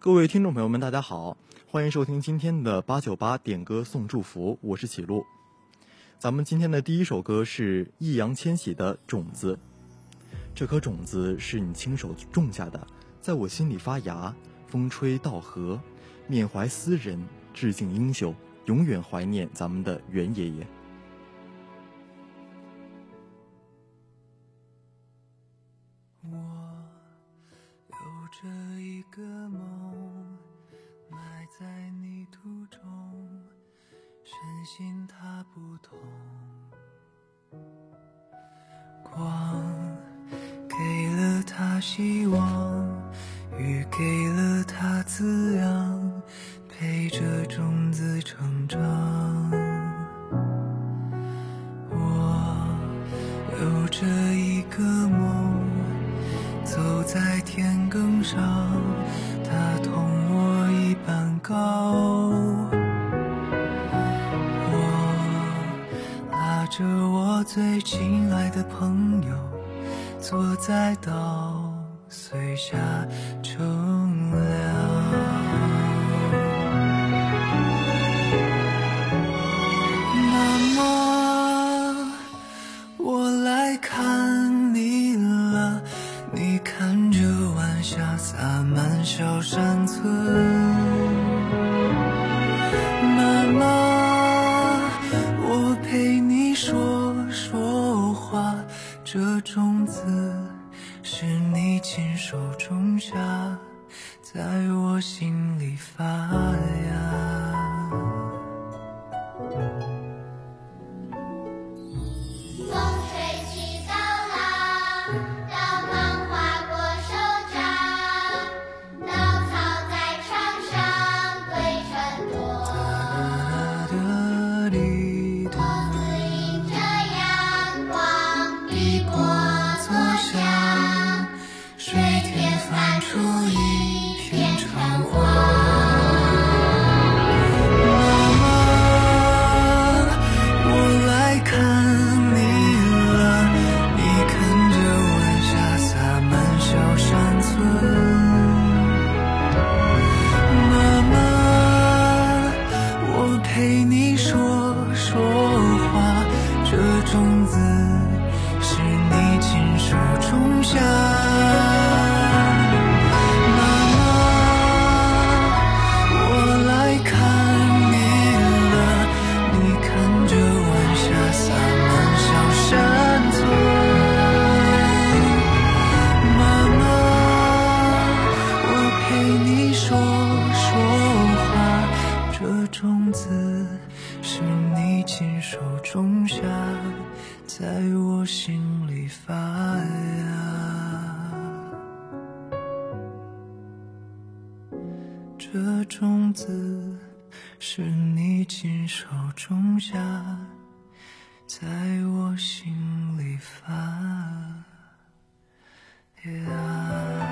各位听众朋友们，大家好，欢迎收听今天的898点歌送祝福，我是启路。咱们今天的第一首歌是易烊千玺的《种子》。这颗种子是你亲手种下的，在我心里发芽，风吹稻禾，缅怀斯人，致敬英雄，永远怀念咱们的袁爷爷。 这一个梦埋在泥土中，深信它不同。光给了它希望，雨给了它滋养，陪着种子成长。我有着一个梦，走在田埂上，它同我一般高。我拉着我最亲爱的朋友，坐在稻穗下乘凉。妈妈，我来看你了，你看着晚霞洒满小山村。妈妈，我陪你说说话，这种子是你亲手种下，在我心里发芽。在我心里发芽，这种子是你亲手种下，在我心里发芽。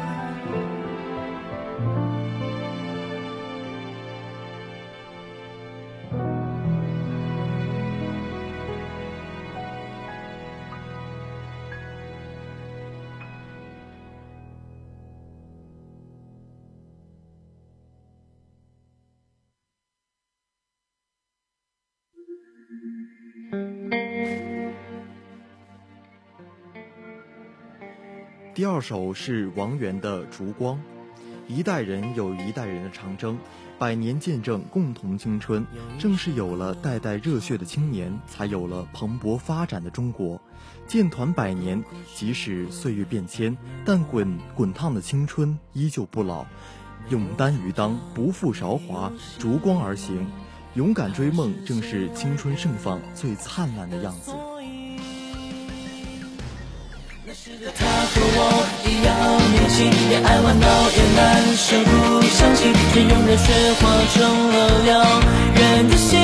第二首是王源的《烛光》。一代人有一代人的长征，100年见证共同青春。正是有了代代热血的青年，才有了蓬勃发展的中国。建团100年，即使岁月变迁，但滚烫的青春依旧不老。勇担鱼当，不负韶华，烛光而行。勇敢追梦，正是青春盛放最灿烂的样子。 他和我一样年轻，也爱玩闹，也难舍不相信，却用热血化成了两人的心。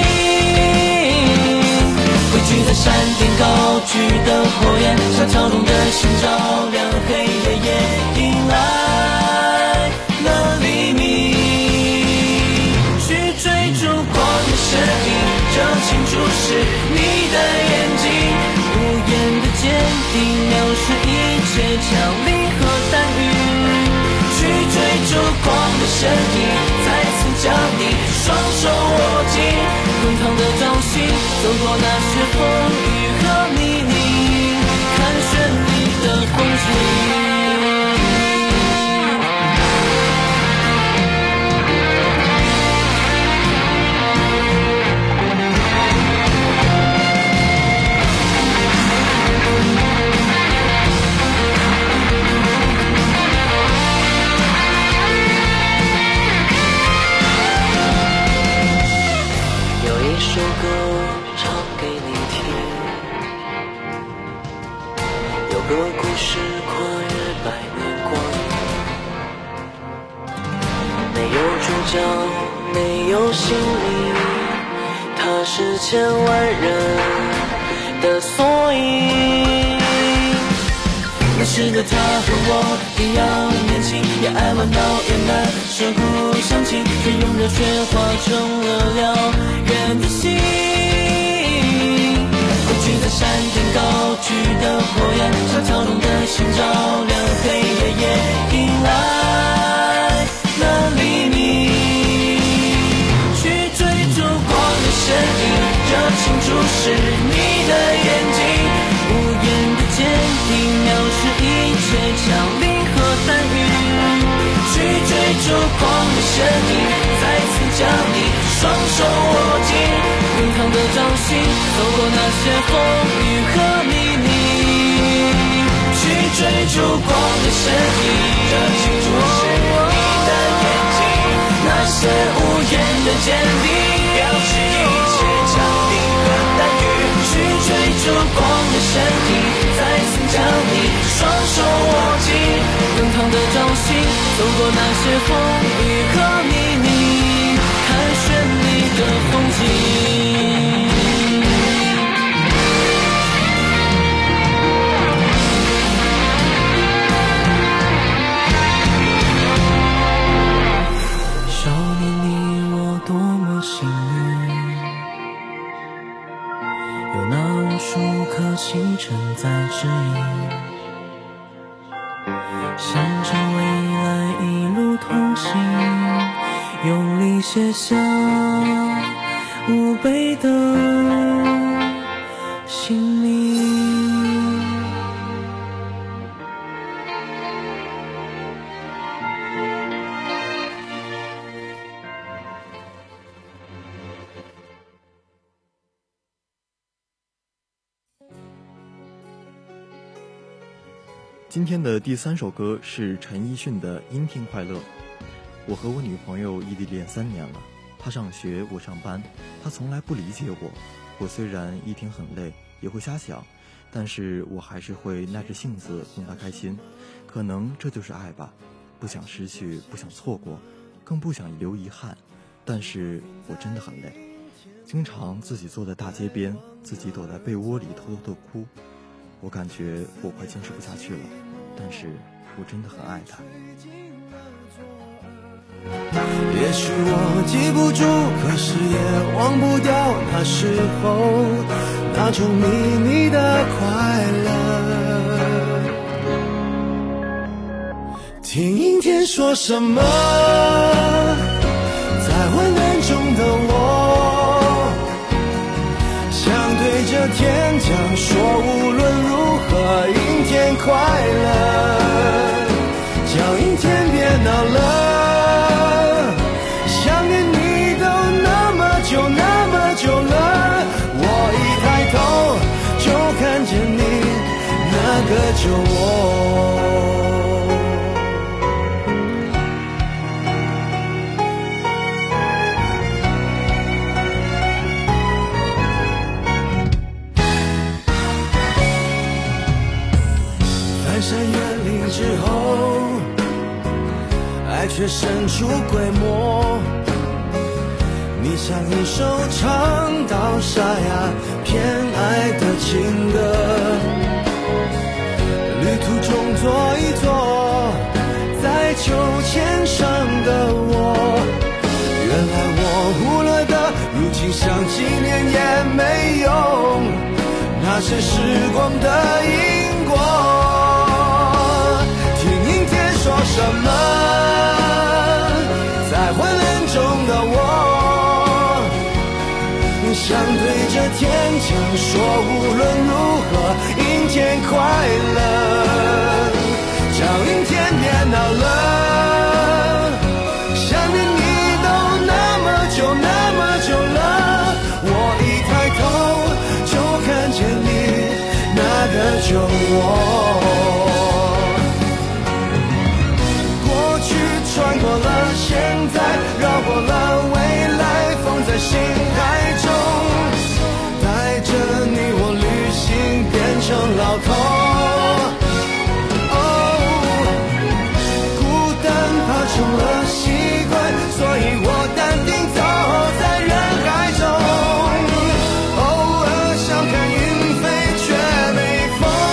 汇聚在山顶高举的火焰，像跳动的心照亮黑夜，也迎来了黎明。去追逐光的身影，这清楚是你的眼睛，无言的坚定，描述一切强力和单语。去追逐光的身身影，再次将你双手握紧，滚烫的朝夕，走过那些风雨和泥泞，看绚丽的风景。 首歌唱给你听，有个故事跨越百年光阴，没有主角，没有姓名，它是千万人的缩影。 那时的他和我一样年轻，也爱玩闹也难舍故乡情，却用热血化成了燎原的心。汇聚在山顶高举的火焰，像跳动的心照亮黑夜，也迎来了黎明。去追逐光的身影，热情注视你的眼睛，无言的坚定藐视一切强凌和单于，去追逐光的身影，再次将你双手握紧，滚烫的朝夕，走过那些风雨和泥泞，去追逐光的身影，热情注视你的眼睛，那些无言的坚定，表示一切强凌和单于，去追逐光的身影，再次将你双手握紧，滚烫的朝夕，走过那些风雨和泥泞，看绚丽的风景。 少年你我多么幸运，有那无数颗星辰在指引，向着未来一路同行，用力写下无悲的姓名。 今天的第3首歌是陈奕迅的《阴天快乐》。我和我女朋友异地恋3年了，她上学，我上班，她从来不理解我。我虽然一天很累，也会瞎想，但是我还是会耐着性子哄她开心。可能这就是爱吧，不想失去，不想错过，更不想留遗憾。但是我真的很累，经常自己坐在大街边，自己躲在被窝里偷偷的哭。我感觉我快坚持不下去了，但是我真的很爱他。 也许我记不住，可是也忘不掉那时候那种秘密的快乐。听阴天说什么，在昏暗中的我，想对着天讲说，无论如何阴天快乐，叫阴天别闹了，想念你都那么久那么久了，我一抬头就看见你那个旧我。翻山越岭之后，爱却神出鬼没，你像一首唱到沙哑偏爱的情歌，旅途中坐一坐，在秋千上的我，原来我忽略的，如今想纪念也没用，那是时光的因果。听阴天说什么， 想对着天讲说无论如何阴天快乐，脚印天边到了，想念你都那么久那么久了，我一抬头就看见你，那个就我。过去穿过了现在，绕过了未来，放在心海中，带着你我旅行变成老头。孤单怕成了习惯，所以我淡定走在人海中，偶尔想看云飞却没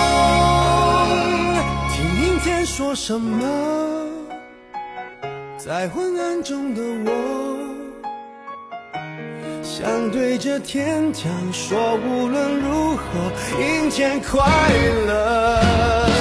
风。听阴天说什么，在昏暗中的我，想对着天讲说无论如何阴天快乐。